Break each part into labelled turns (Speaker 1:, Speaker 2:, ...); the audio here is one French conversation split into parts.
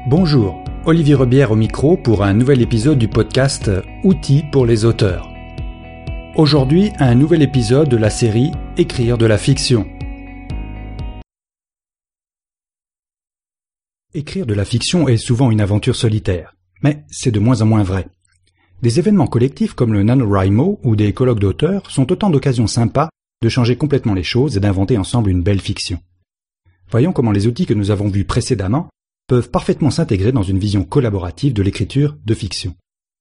Speaker 1: Bonjour, Olivier Rebière au micro pour un nouvel épisode du podcast Outils pour les auteurs. Aujourd'hui, un nouvel épisode de la série Écrire de la fiction. Écrire de la fiction est souvent une aventure solitaire, mais c'est de moins en moins vrai. Des événements collectifs comme le NaNoWriMo ou des colloques d'auteurs sont autant d'occasions sympas de changer complètement les choses et d'inventer ensemble une belle fiction. Voyons comment les outils que nous avons vus précédemment peuvent parfaitement s'intégrer dans une vision collaborative de l'écriture de fiction.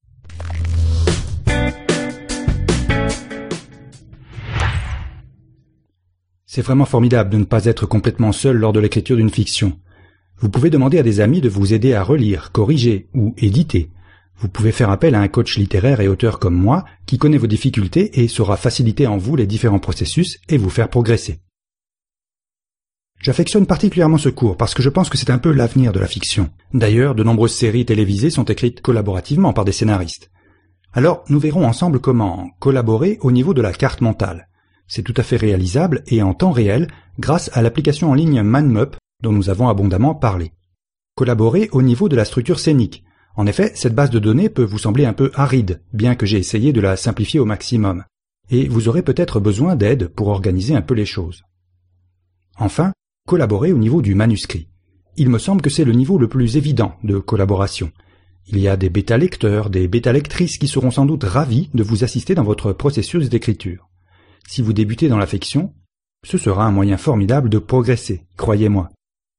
Speaker 1: C'est vraiment formidable de ne pas être complètement seul lors de l'écriture d'une fiction. Vous pouvez demander à des amis de vous aider à relire, corriger ou éditer. Vous pouvez faire appel à un coach littéraire et auteur comme moi qui connaît vos difficultés et saura faciliter en vous les différents processus et vous faire progresser. J'affectionne particulièrement ce cours parce que je pense que c'est un peu l'avenir de la fiction. D'ailleurs, de nombreuses séries télévisées sont écrites collaborativement par des scénaristes. Alors, nous verrons ensemble comment collaborer au niveau de la carte mentale. C'est tout à fait réalisable et en temps réel grâce à l'application en ligne MindMup dont nous avons abondamment parlé. Collaborer au niveau de la structure scénique. En effet, cette base de données peut vous sembler un peu aride, bien que j'ai essayé de la simplifier au maximum. Et vous aurez peut-être besoin d'aide pour organiser un peu les choses. Enfin, collaborer au niveau du manuscrit. Il me semble que c'est le niveau le plus évident de collaboration. Il y a des bêta-lecteurs, des bêta-lectrices qui seront sans doute ravis de vous assister dans votre processus d'écriture. Si vous débutez dans la fiction, ce sera un moyen formidable de progresser, croyez-moi.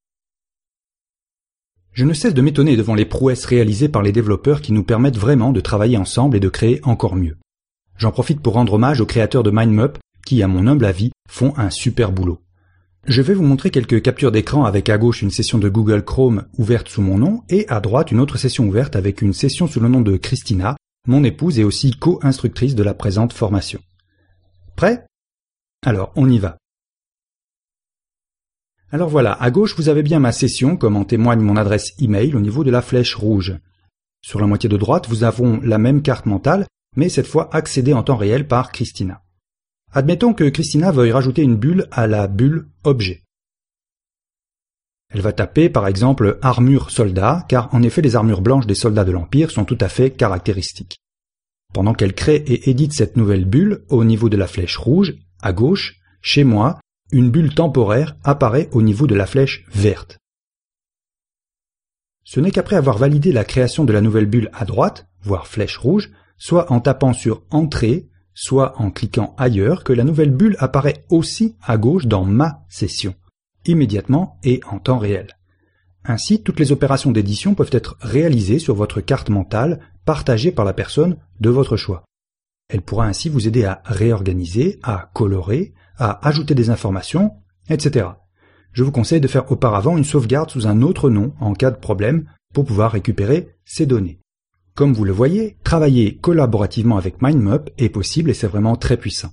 Speaker 1: Je ne cesse de m'étonner devant les prouesses réalisées par les développeurs qui nous permettent vraiment de travailler ensemble et de créer encore mieux. J'en profite pour rendre hommage aux créateurs de MindMup qui, à mon humble avis, font un super boulot. Je vais vous montrer quelques captures d'écran avec à gauche une session de Google Chrome ouverte sous mon nom et à droite une autre session ouverte avec une session sous le nom de Christina, mon épouse et aussi co-instructrice de la présente formation. Prêt ? Alors, on y va. Alors voilà, à gauche vous avez bien ma session comme en témoigne mon adresse email au niveau de la flèche rouge. Sur la moitié de droite, vous avons la même carte mentale, mais cette fois accédée en temps réel par Christina. Admettons que Christina veuille rajouter une bulle à la bulle objet. Elle va taper par exemple armure soldat, car en effet les armures blanches des soldats de l'Empire sont tout à fait caractéristiques. Pendant qu'elle crée et édite cette nouvelle bulle, au niveau de la flèche rouge, à gauche, chez moi, une bulle temporaire apparaît au niveau de la flèche verte. Ce n'est qu'après avoir validé la création de la nouvelle bulle à droite, voire flèche rouge, soit en tapant sur Entrée, soit en cliquant ailleurs, que la nouvelle bulle apparaît aussi à gauche dans ma session, immédiatement et en temps réel. Ainsi, toutes les opérations d'édition peuvent être réalisées sur votre carte mentale, partagée par la personne de votre choix. Elle pourra ainsi vous aider à réorganiser, à colorer, à ajouter des informations, etc. Je vous conseille de faire auparavant une sauvegarde sous un autre nom en cas de problème pour pouvoir récupérer ces données. Comme vous le voyez, travailler collaborativement avec MindMup est possible et c'est vraiment très puissant.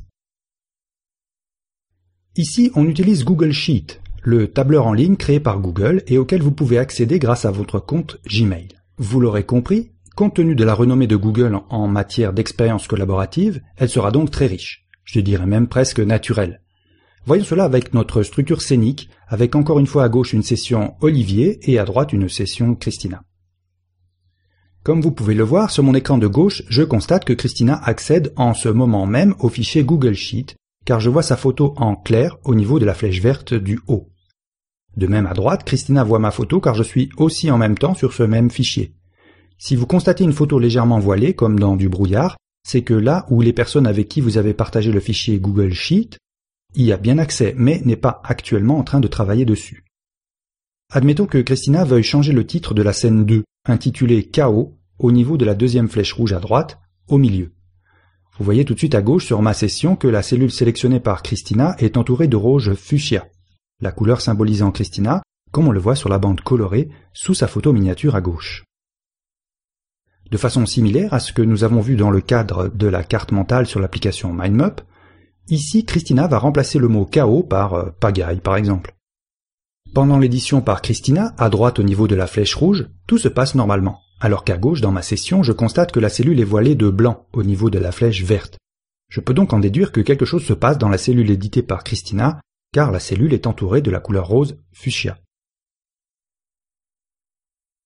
Speaker 1: Ici, on utilise Google Sheet, le tableur en ligne créé par Google et auquel vous pouvez accéder grâce à votre compte Gmail. Vous l'aurez compris, compte tenu de la renommée de Google en matière d'expérience collaborative, elle sera donc très riche, je dirais même presque naturelle. Voyons cela avec notre structure scénique, avec encore une fois à gauche une session Olivier et à droite une session Christina. Comme vous pouvez le voir, sur mon écran de gauche, je constate que Christina accède en ce moment même au fichier Google Sheet, car je vois sa photo en clair au niveau de la flèche verte du haut. De même à droite, Christina voit ma photo car je suis aussi en même temps sur ce même fichier. Si vous constatez une photo légèrement voilée, comme dans du brouillard, c'est que là où les personnes avec qui vous avez partagé le fichier Google Sheet y a bien accès, mais n'est pas actuellement en train de travailler dessus. Admettons que Christina veuille changer le titre de la scène 2, intitulée Chaos, au niveau de la deuxième flèche rouge à droite, au milieu. Vous voyez tout de suite à gauche sur ma session que la cellule sélectionnée par Christina est entourée de rouge fuchsia, la couleur symbolisant Christina, comme on le voit sur la bande colorée sous sa photo miniature à gauche. De façon similaire à ce que nous avons vu dans le cadre de la carte mentale sur l'application MindMup, ici Christina va remplacer le mot chaos par pagaille par exemple. Pendant l'édition par Christina, à droite au niveau de la flèche rouge, tout se passe normalement, alors qu'à gauche dans ma session, je constate que la cellule est voilée de blanc au niveau de la flèche verte. Je peux donc en déduire que quelque chose se passe dans la cellule éditée par Christina, car la cellule est entourée de la couleur rose fuchsia.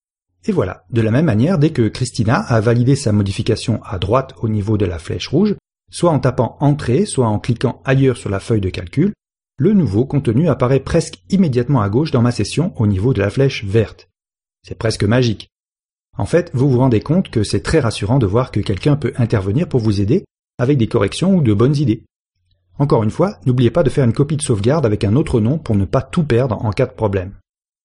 Speaker 1: Et voilà, de la même manière, dès que Christina a validé sa modification à droite au niveau de la flèche rouge, soit en tapant Entrée, soit en cliquant ailleurs sur la feuille de calcul, le nouveau contenu apparaît presque immédiatement à gauche dans ma session au niveau de la flèche verte. C'est presque magique. En fait, vous vous rendez compte que c'est très rassurant de voir que quelqu'un peut intervenir pour vous aider avec des corrections ou de bonnes idées. Encore une fois, n'oubliez pas de faire une copie de sauvegarde avec un autre nom pour ne pas tout perdre en cas de problème.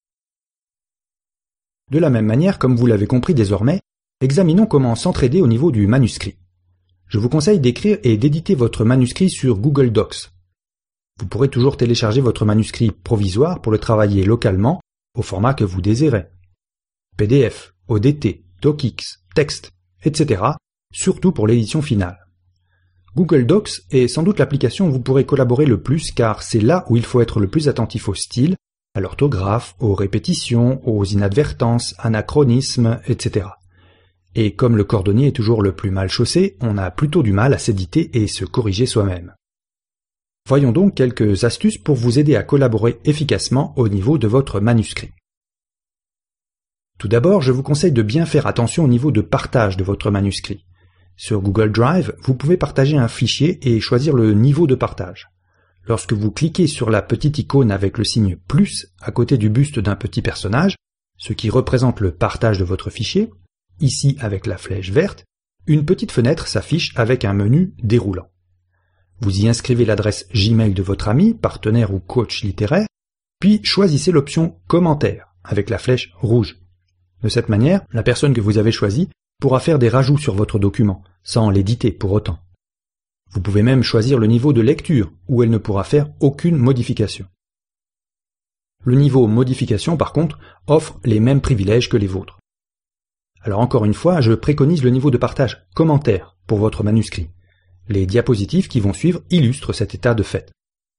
Speaker 1: De la même manière, comme vous l'avez compris désormais, examinons comment s'entraider au niveau du manuscrit. Je vous conseille d'écrire et d'éditer votre manuscrit sur Google Docs. Vous pourrez toujours télécharger votre manuscrit provisoire pour le travailler localement au format que vous désirez. PDF, ODT, DocX, texte, etc. Surtout pour l'édition finale. Google Docs est sans doute l'application où vous pourrez collaborer le plus car c'est là où il faut être le plus attentif au style, à l'orthographe, aux répétitions, aux inadvertences, anachronismes, etc. Et comme le cordonnier est toujours le plus mal chaussé, on a plutôt du mal à s'éditer et se corriger soi-même. Voyons donc quelques astuces pour vous aider à collaborer efficacement au niveau de votre manuscrit. Tout d'abord, je vous conseille de bien faire attention au niveau de partage de votre manuscrit. Sur Google Drive, vous pouvez partager un fichier et choisir le niveau de partage. Lorsque vous cliquez sur la petite icône avec le signe plus à côté du buste d'un petit personnage, ce qui représente le partage de votre fichier, ici avec la flèche verte, une petite fenêtre s'affiche avec un menu déroulant. Vous y inscrivez l'adresse Gmail de votre ami, partenaire ou coach littéraire, puis choisissez l'option Commentaire avec la flèche rouge. De cette manière, la personne que vous avez choisie pourra faire des rajouts sur votre document, sans l'éditer pour autant. Vous pouvez même choisir le niveau de lecture, où elle ne pourra faire aucune modification. Le niveau modification, par contre, offre les mêmes privilèges que les vôtres. Alors encore une fois, je préconise le niveau de partage commentaire pour votre manuscrit. Les diapositives qui vont suivre illustrent cet état de fait.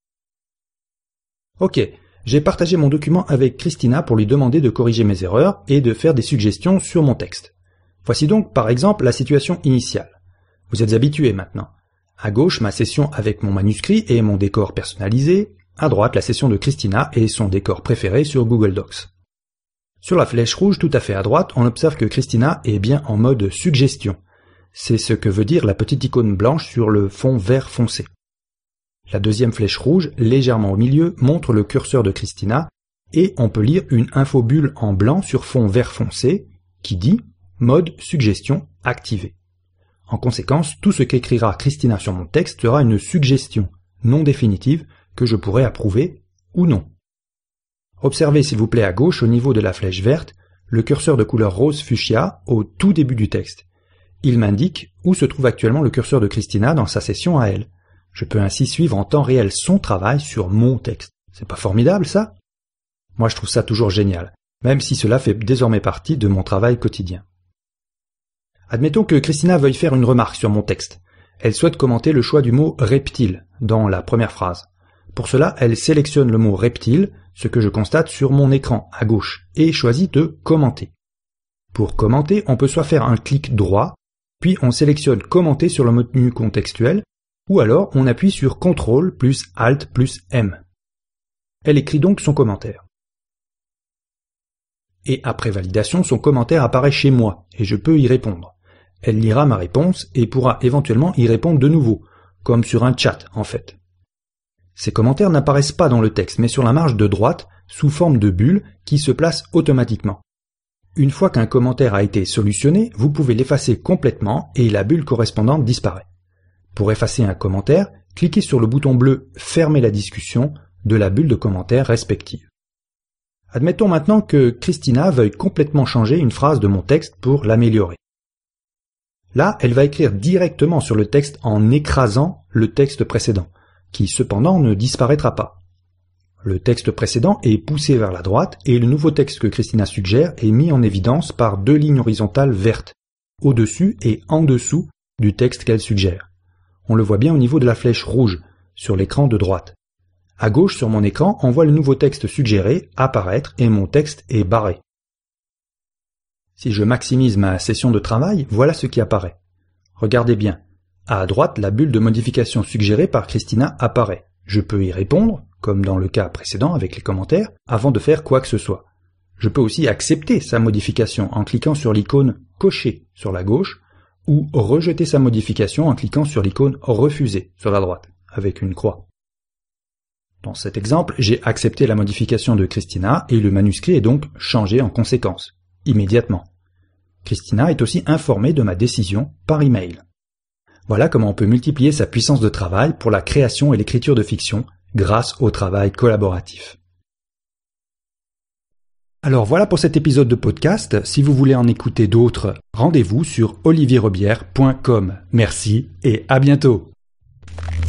Speaker 1: Ok, j'ai partagé mon document avec Christina pour lui demander de corriger mes erreurs et de faire des suggestions sur mon texte. Voici donc par exemple la situation initiale. Vous êtes habitués maintenant. À gauche, ma session avec mon manuscrit et mon décor personnalisé. À droite, la session de Christina et son décor préféré sur Google Docs. Sur la flèche rouge tout à fait à droite, on observe que Christina est bien en mode suggestion. C'est ce que veut dire la petite icône blanche sur le fond vert foncé. La deuxième flèche rouge, légèrement au milieu, montre le curseur de Christina et on peut lire une infobulle en blanc sur fond vert foncé qui dit « Mode suggestion activé ». En conséquence, tout ce qu'écrira Christina sur mon texte sera une suggestion non définitive que je pourrai approuver ou non. Observez s'il vous plaît à gauche au niveau de la flèche verte le curseur de couleur rose fuchsia au tout début du texte. Il m'indique où se trouve actuellement le curseur de Christina dans sa session à elle. Je peux ainsi suivre en temps réel son travail sur mon texte. C'est pas formidable ça? Moi je trouve ça toujours génial, même si cela fait désormais partie de mon travail quotidien. Admettons que Christina veuille faire une remarque sur mon texte. Elle souhaite commenter le choix du mot « reptile » dans la première phrase. Pour cela, elle sélectionne le mot « reptile », ce que je constate sur mon écran à gauche, et choisit de « commenter ». Pour commenter, on peut soit faire un clic droit, puis on sélectionne « commenter » sur le menu contextuel, ou alors on appuie sur CTRL plus ALT plus M. Elle écrit donc son commentaire. Et après validation, son commentaire apparaît chez moi, et je peux y répondre. Elle lira ma réponse et pourra éventuellement y répondre de nouveau, comme sur un chat en fait. Ces commentaires n'apparaissent pas dans le texte, mais sur la marge de droite, sous forme de bulle qui se place automatiquement. Une fois qu'un commentaire a été solutionné, vous pouvez l'effacer complètement et la bulle correspondante disparaît. Pour effacer un commentaire, cliquez sur le bouton bleu « Fermer la discussion » de la bulle de commentaires respective. Admettons maintenant que Christina veuille complètement changer une phrase de mon texte pour l'améliorer. Là, elle va écrire directement sur le texte en écrasant le texte précédent, qui cependant ne disparaîtra pas. Le texte précédent est poussé vers la droite et le nouveau texte que Christina suggère est mis en évidence par deux lignes horizontales vertes, au-dessus et en dessous du texte qu'elle suggère. On le voit bien au niveau de la flèche rouge, sur l'écran de droite. À gauche sur mon écran, on voit le nouveau texte suggéré apparaître et mon texte est barré. Si je maximise ma session de travail, voilà ce qui apparaît. Regardez bien. À droite, la bulle de modification suggérée par Christina apparaît. Je peux y répondre, comme dans le cas précédent avec les commentaires, avant de faire quoi que ce soit. Je peux aussi accepter sa modification en cliquant sur l'icône « Cocher » sur la gauche ou rejeter sa modification en cliquant sur l'icône « Refuser » sur la droite, avec une croix. Dans cet exemple, j'ai accepté la modification de Christina et le manuscrit est donc changé en conséquence, immédiatement. Christina est aussi informée de ma décision par email. Voilà comment on peut multiplier sa puissance de travail pour la création et l'écriture de fiction grâce au travail collaboratif. Alors voilà pour cet épisode de podcast. Si vous voulez en écouter d'autres, rendez-vous sur olivierrobière.com. Merci et à bientôt.